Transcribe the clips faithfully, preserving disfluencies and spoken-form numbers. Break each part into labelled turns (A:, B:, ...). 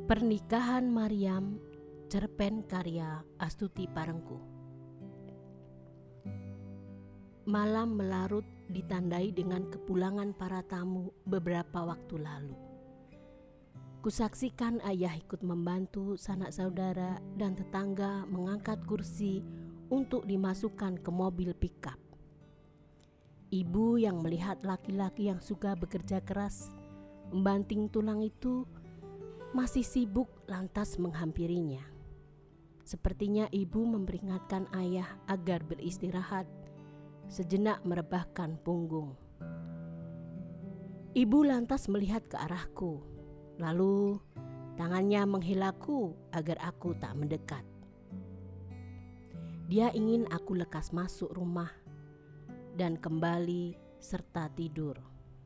A: Pernikahan Maryam, cerpen karya Astuti Parengkuh. Malam melarut ditandai dengan kepulangan para tamu beberapa waktu lalu. Kusaksikan ayah ikut membantu sanak saudara dan tetangga mengangkat kursi untuk dimasukkan ke mobil pickup. Ibu yang melihat laki-laki yang suka bekerja keras membanting tulang itu masih sibuk lantas menghampirinya. Sepertinya ibu memperingatkan ayah agar beristirahat, sejenak merebahkan punggung. Ibu lantas melihat ke arahku, lalu tangannya menghilaku agar aku tak mendekat. Dia ingin aku lekas masuk rumah dan kembali serta tidur.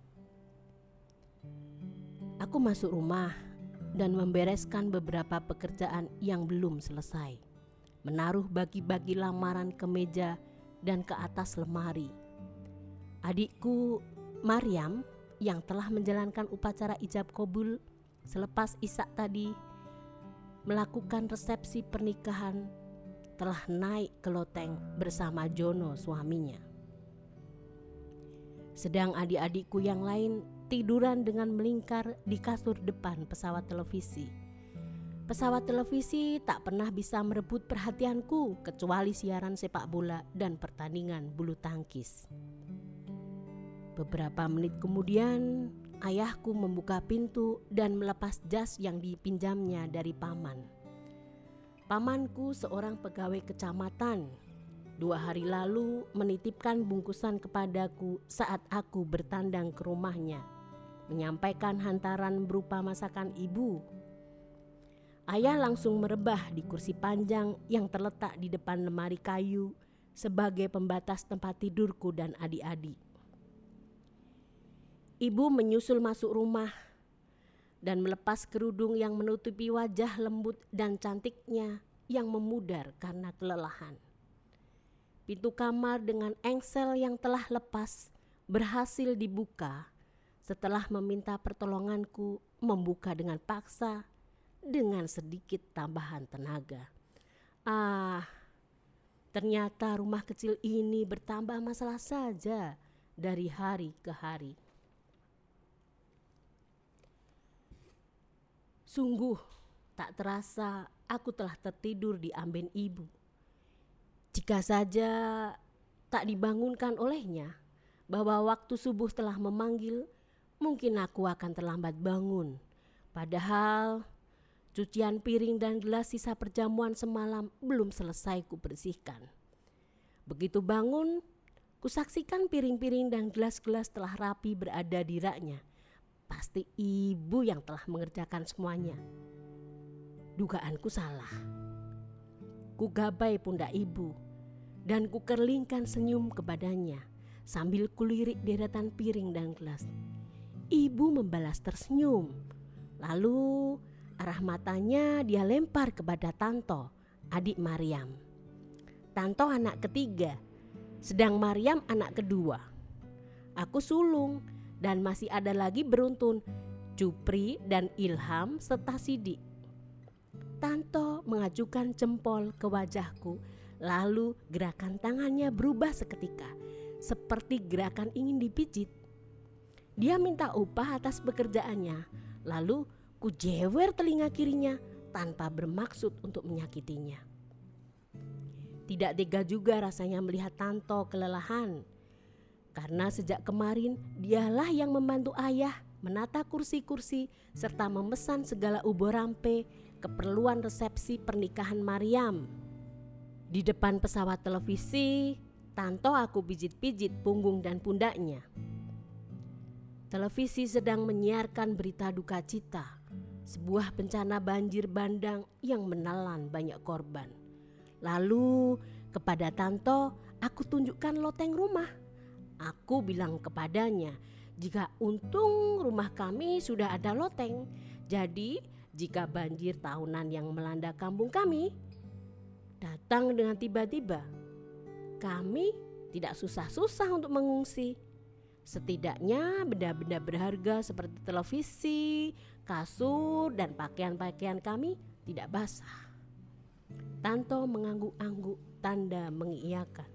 A: Aku masuk rumah dan membereskan beberapa pekerjaan yang belum selesai. Menaruh bagi-bagi lamaran ke meja dan ke atas lemari. Adikku Maryam yang telah menjalankan upacara ijab kabul selepas Isya tadi melakukan resepsi pernikahan telah naik ke loteng bersama Jono suaminya. Sedang adik-adikku yang lain tiduran dengan melingkar di kasur depan pesawat televisi. Pesawat televisi tak pernah bisa merebut perhatianku kecuali siaran sepak bola dan pertandingan bulu tangkis. Beberapa menit kemudian, ayahku membuka pintu dan melepas jas yang dipinjamnya dari paman. Pamanku seorang pegawai kecamatan. Dua hari lalu menitipkan bungkusan kepadaku saat aku bertandang ke rumahnya, menyampaikan hantaran berupa masakan ibu. Ayah langsung merebah di kursi panjang yang terletak di depan lemari kayu sebagai pembatas tempat tidurku dan adik-adik. Ibu menyusul masuk rumah dan melepas kerudung yang menutupi wajah lembut dan cantiknya yang memudar karena kelelahan. Pintu kamar dengan engsel yang telah lepas berhasil dibuka setelah meminta pertolonganku membuka dengan paksa dengan sedikit tambahan tenaga. Ah, ternyata rumah kecil ini bertambah masalah saja dari hari ke hari. Sungguh tak terasa aku telah tertidur di amben ibu. Jika saja tak dibangunkan olehnya, bahwa waktu subuh telah memanggil, mungkin aku akan terlambat bangun. Padahal cucian piring dan gelas sisa perjamuan semalam belum selesai kubersihkan. Begitu bangun, kusaksikan piring-piring dan gelas-gelas telah rapi berada di raknya. Pasti ibu yang telah mengerjakan semuanya. Dugaanku salah. Kugabai pundak ibu dan kukerlingkan senyum kepadanya sambil kulirik deretan piring dan gelas. Ibu membalas tersenyum. Lalu arah matanya dia lempar kepada Tanto, adik Maryam. Tanto anak ketiga, sedang Maryam anak kedua. Aku sulung dan masih ada lagi beruntun Cupri dan Ilham serta Sidik. Tanto mengajukan jempol ke wajahku, lalu gerakan tangannya berubah seketika, seperti gerakan ingin dipijit. Dia minta upah atas pekerjaannya, lalu ku jewer telinga kirinya tanpa bermaksud untuk menyakitinya. Tidak tega juga rasanya melihat Tanto kelelahan, karena sejak kemarin dialah yang membantu ayah menata kursi-kursi serta memesan segala ubur rampe keperluan resepsi pernikahan Maryam. Di depan pesawat televisi, Tanto aku pijit-pijit punggung dan pundaknya. Televisi sedang menyiarkan berita duka cita, sebuah bencana banjir bandang yang menelan banyak korban. Lalu kepada Tanto aku tunjukkan loteng rumah. Aku bilang kepadanya, jika untung rumah kami sudah ada loteng, jadi jika banjir tahunan yang melanda kampung kami datang dengan tiba-tiba, kami tidak susah-susah untuk mengungsi. Setidaknya benda-benda berharga seperti televisi, Kasur dan pakaian-pakaian kami tidak basah. Tanto mengangguk-angguk tanda mengiyakan.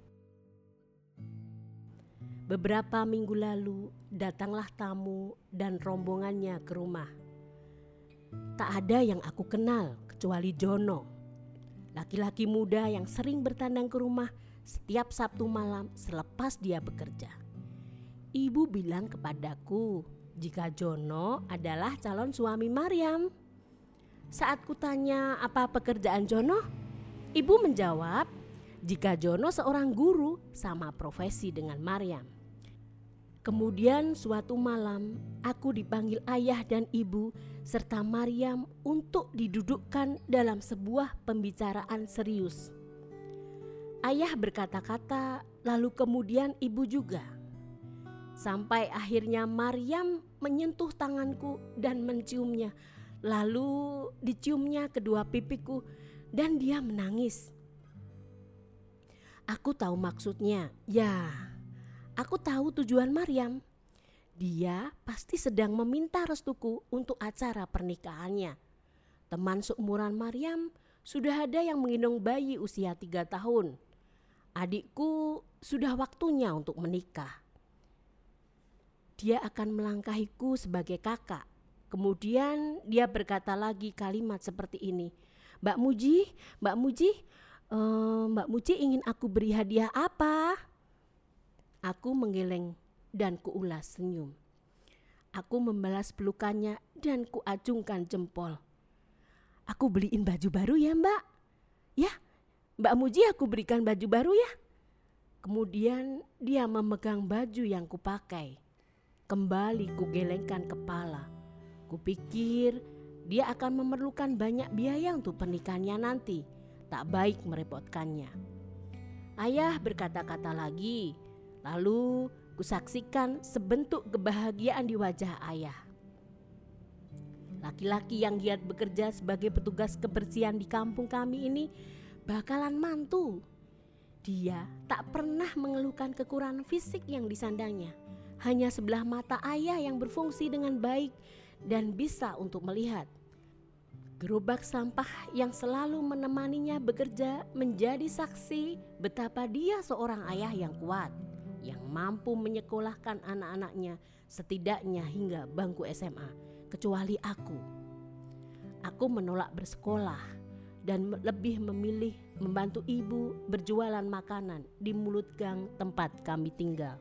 A: Beberapa minggu lalu datanglah tamu dan rombongannya ke rumah. Tak ada yang aku kenal kecuali Jono, laki-laki muda yang sering bertandang ke rumah setiap Sabtu malam selepas dia bekerja. Ibu bilang kepadaku jika Jono adalah calon suami Maryam. Saat kutanya apa pekerjaan Jono, ibu menjawab jika Jono seorang guru sama profesi dengan Maryam. Kemudian suatu malam aku dipanggil ayah dan ibu serta Maryam untuk didudukkan dalam sebuah pembicaraan serius. Ayah berkata-kata, lalu kemudian ibu juga. Sampai akhirnya Maryam menyentuh tanganku dan menciumnya. Lalu diciumnya kedua pipiku dan dia menangis. Aku tahu maksudnya, ya. Aku tahu tujuan Maryam. Dia pasti sedang meminta restuku untuk acara pernikahannya. Teman seumuran Maryam sudah ada yang menggendong bayi usia tiga tahun. Adikku sudah waktunya untuk menikah. Dia akan melangkahiku sebagai kakak. Kemudian dia berkata lagi kalimat seperti ini. Mbak Muji, Mbak Muji, uh, Mbak Muji ingin aku beri hadiah apa? Aku menggeleng dan kuulas senyum. Aku membalas pelukannya dan kuacungkan jempol. Aku beliin baju baru ya mbak? Ya, Mbak Muji aku berikan baju baru ya. Kemudian dia memegang baju yang kupakai. Kembali kugelengkan kepala. Kupikir dia akan memerlukan banyak biaya untuk pernikahannya nanti. Tak baik merepotkannya. Ayah berkata-kata lagi. Lalu kusaksikan sebentuk kebahagiaan di wajah ayah. Laki-laki yang giat bekerja sebagai petugas kebersihan di kampung kami ini bakalan mantu. Dia tak pernah mengeluhkan kekurangan fisik yang disandangnya. Hanya sebelah mata ayah yang berfungsi dengan baik dan bisa untuk melihat. Gerobak sampah yang selalu menemaninya bekerja menjadi saksi betapa dia seorang ayah yang kuat, yang mampu menyekolahkan anak-anaknya setidaknya hingga bangku S M A, kecuali aku. Aku menolak bersekolah dan lebih memilih membantu ibu berjualan makanan di mulut gang tempat kami tinggal.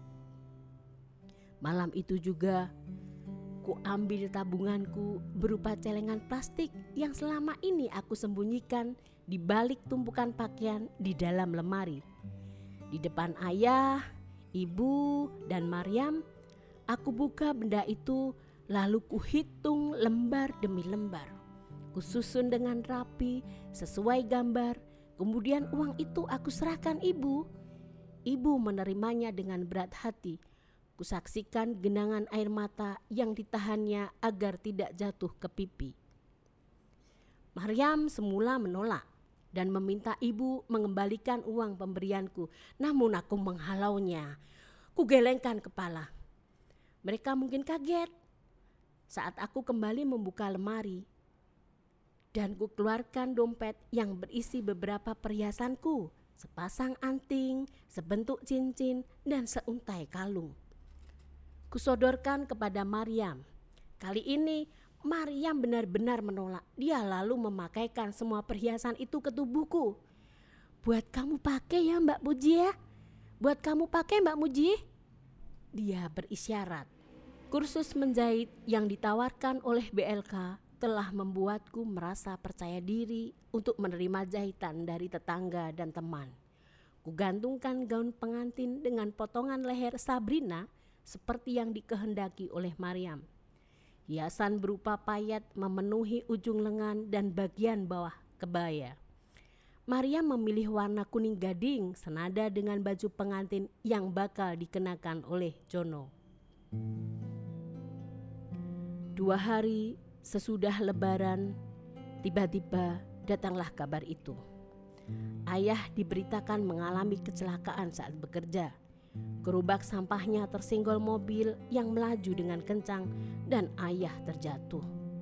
A: Malam itu juga ku ambil tabunganku berupa celengan plastik yang selama ini aku sembunyikan di balik tumpukan pakaian di dalam lemari. Di depan ayah, ibu, dan Maryam, aku buka benda itu lalu kuhitung lembar demi lembar. Kususun dengan rapi sesuai gambar, kemudian uang itu aku serahkan ibu. Ibu menerimanya dengan berat hati. Kusaksikan genangan air mata yang ditahannya agar tidak jatuh ke pipi. Maryam semula menolak dan meminta ibu mengembalikan uang pemberianku. Namun aku menghalaunya. Kugelengkan kepala. Mereka mungkin kaget saat aku kembali membuka lemari dan ku keluarkan dompet yang berisi beberapa perhiasanku, sepasang anting, sebentuk cincin, dan seuntai kalung. Kusodorkan kepada Maryam. Kali ini Maryam benar-benar menolak. Dia lalu memakaikan semua perhiasan itu ke tubuhku. Buat kamu pakai ya Mbak Muji ya. Buat kamu pakai Mbak Muji. Dia berisyarat. Kursus menjahit yang ditawarkan oleh B L K telah membuatku merasa percaya diri untuk menerima jahitan dari tetangga dan teman. Kugantungkan gaun pengantin dengan potongan leher Sabrina seperti yang dikehendaki oleh Maryam. Hiasan berupa payet memenuhi ujung lengan dan bagian bawah kebaya. Maryam memilih warna kuning gading senada dengan baju pengantin yang bakal dikenakan oleh Jono. Dua hari sesudah Lebaran, tiba-tiba datanglah kabar itu. Ayah diberitakan mengalami kecelakaan saat bekerja. Gerobak sampahnya tersenggol mobil yang melaju dengan kencang dan ayah terjatuh.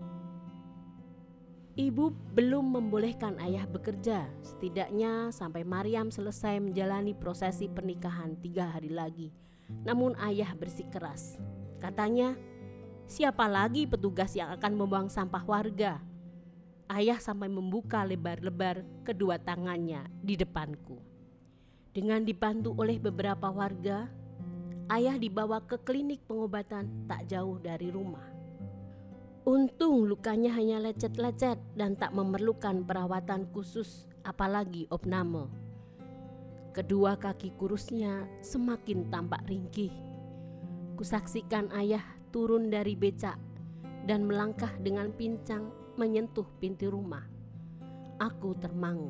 A: Ibu belum membolehkan ayah bekerja, setidaknya sampai Maryam selesai menjalani prosesi pernikahan tiga hari lagi. Namun ayah bersikeras. Katanya, siapa lagi petugas yang akan membuang sampah warga? Ayah sampai membuka lebar-lebar kedua tangannya di depanku. Dengan dibantu oleh beberapa warga, ayah dibawa ke klinik pengobatan tak jauh dari rumah. Untung lukanya hanya lecet-lecet dan tak memerlukan perawatan khusus, apalagi opname. Kedua kaki kurusnya semakin tampak ringkih. Kusaksikan ayah turun dari becak dan melangkah dengan pincang menyentuh pintu rumah. Aku termangu.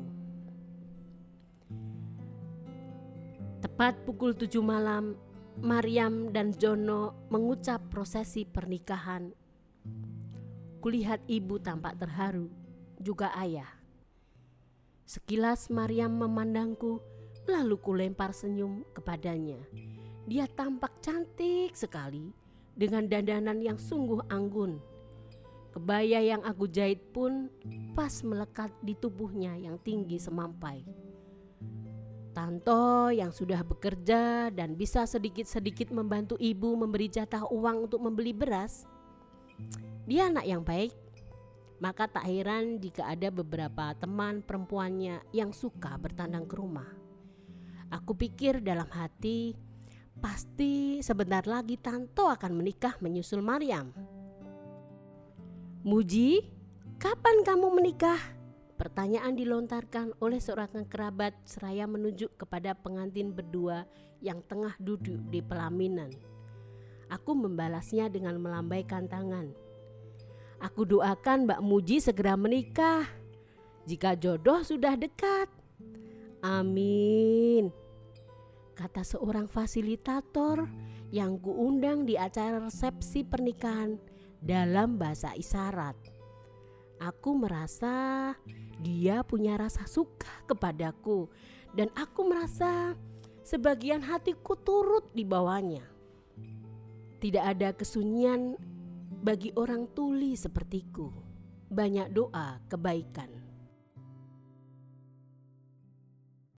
A: Tepat pukul tujuh malam, Maryam dan Jono mengucap prosesi pernikahan. Kulihat ibu tampak terharu, juga ayah. Sekilas Maryam memandangku, lalu kulempar senyum kepadanya. Dia tampak cantik sekali dengan dandanan yang sungguh anggun. Kebaya yang aku jahit pun pas melekat di tubuhnya yang tinggi semampai. Tanto yang sudah bekerja dan bisa sedikit-sedikit membantu ibu memberi jatah uang untuk membeli beras. Dia anak yang baik, maka tak heran jika ada beberapa teman perempuannya yang suka bertandang ke rumah. Aku pikir dalam hati, pasti sebentar lagi Tanto akan menikah menyusul Maryam. Muji, kapan kamu menikah? Pertanyaan dilontarkan oleh seorang kerabat seraya menunjuk kepada pengantin berdua yang tengah duduk di pelaminan. Aku membalasnya dengan melambaikan tangan. Aku doakan Mbak Muji segera menikah jika jodoh sudah dekat. Amin, kata seorang fasilitator yang kuundang di acara resepsi pernikahan dalam bahasa isyarat. Aku merasa dia punya rasa suka kepadaku dan aku merasa sebagian hatiku turut dibawanya. Tidak ada kesunyian bagi orang tuli sepertiku. Banyak doa kebaikan.